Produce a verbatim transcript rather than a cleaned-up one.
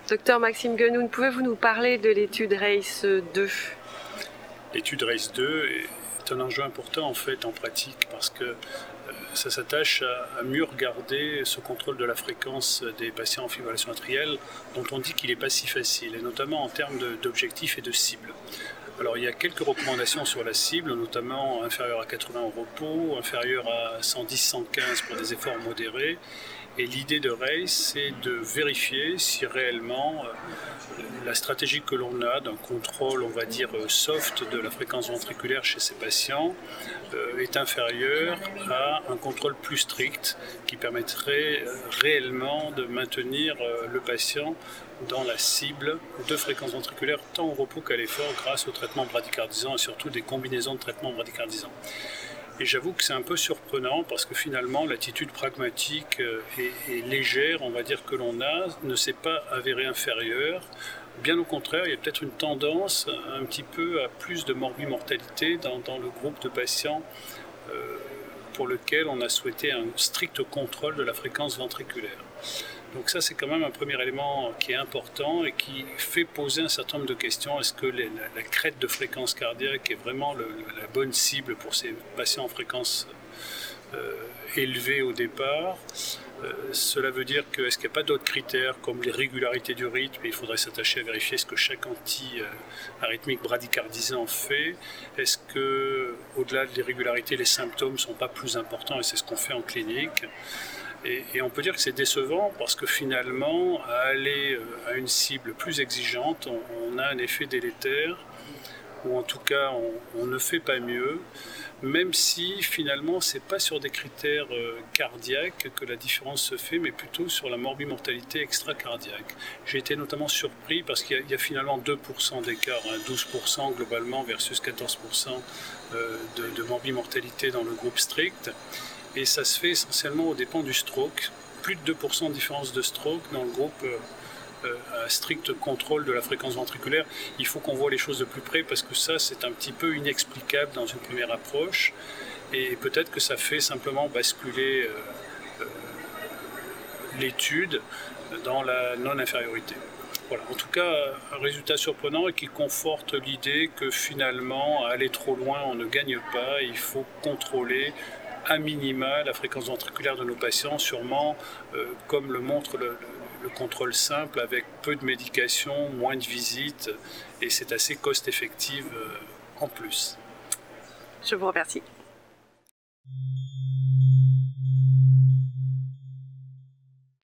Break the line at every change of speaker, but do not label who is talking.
Docteur Maxime Guenoun, pouvez-vous nous parler de l'étude RACE deux?
L'étude RACE deux est un enjeu important en fait en pratique parce que euh, ça s'attache à, à mieux regarder ce contrôle de la fréquence des patients en fibrillation atriale dont on dit qu'il n'est pas si facile, et notamment en termes de, d'objectifs et de cibles. Alors il y a quelques recommandations sur la cible, notamment inférieure à quatre-vingts au repos, inférieure à cent dix à cent quinze pour des efforts modérés. Et l'idée de RACE, c'est de vérifier si réellement euh, la stratégie que l'on a d'un contrôle, on va dire, soft de la fréquence ventriculaire chez ces patients euh, est inférieure à un contrôle plus strict qui permettrait euh, réellement de maintenir euh, le patient dans la cible de fréquence ventriculaire tant au repos qu'à l'effort grâce au traitement bradycardisant et surtout des combinaisons de traitements bradycardisants. Et j'avoue que c'est un peu surprenant parce que finalement l'attitude pragmatique et, et légère, on va dire, que l'on a ne s'est pas avérée inférieure. Bien au contraire, il y a peut-être une tendance un petit peu à plus de morbimortalité dans, dans le groupe de patients euh, pour lequel on a souhaité un strict contrôle de la fréquence ventriculaire. Donc ça, c'est quand même un premier élément qui est important et qui fait poser un certain nombre de questions. Est-ce que les, la, la crête de fréquence cardiaque est vraiment le, la bonne cible pour ces patients en fréquence euh, élevée au départ? euh, Cela veut dire que est-ce qu'il n'y a pas d'autres critères comme les régularités du rythme? Il faudrait s'attacher à vérifier ce que chaque anti-arythmique bradycardisant fait. Est-ce que, au-delà des régularités, les symptômes ne sont pas plus importants? Et c'est ce qu'on fait en clinique. Et, et on peut dire que c'est décevant parce que finalement, à aller à une cible plus exigeante, on, on a un effet délétère, ou en tout cas, on, on ne fait pas mieux, même si finalement, ce n'est pas sur des critères euh, cardiaques que la différence se fait, mais plutôt sur la morbimortalité extracardiaque. J'ai été notamment surpris parce qu'il y a, il y a finalement deux pour cent d'écart, hein, douze pour cent globalement versus quatorze pour cent euh, de, de morbimortalité dans le groupe strict. Et ça se fait essentiellement aux dépens du stroke. Plus de deux pour cent de différence de stroke dans le groupe euh, euh, à strict contrôle de la fréquence ventriculaire. Il faut qu'on voit les choses de plus près parce que ça, c'est un petit peu inexplicable dans une première approche. Et peut-être que ça fait simplement basculer euh, euh, l'étude dans la non-infériorité. Voilà. En tout cas, un résultat surprenant et qui conforte l'idée que finalement, à aller trop loin, on ne gagne pas. Il faut contrôler à minima la fréquence ventriculaire de nos patients, sûrement euh, comme le montre le, le, le contrôle simple avec peu de médication, moins de visites, et c'est assez cost-effectif euh, en plus.
Je vous remercie.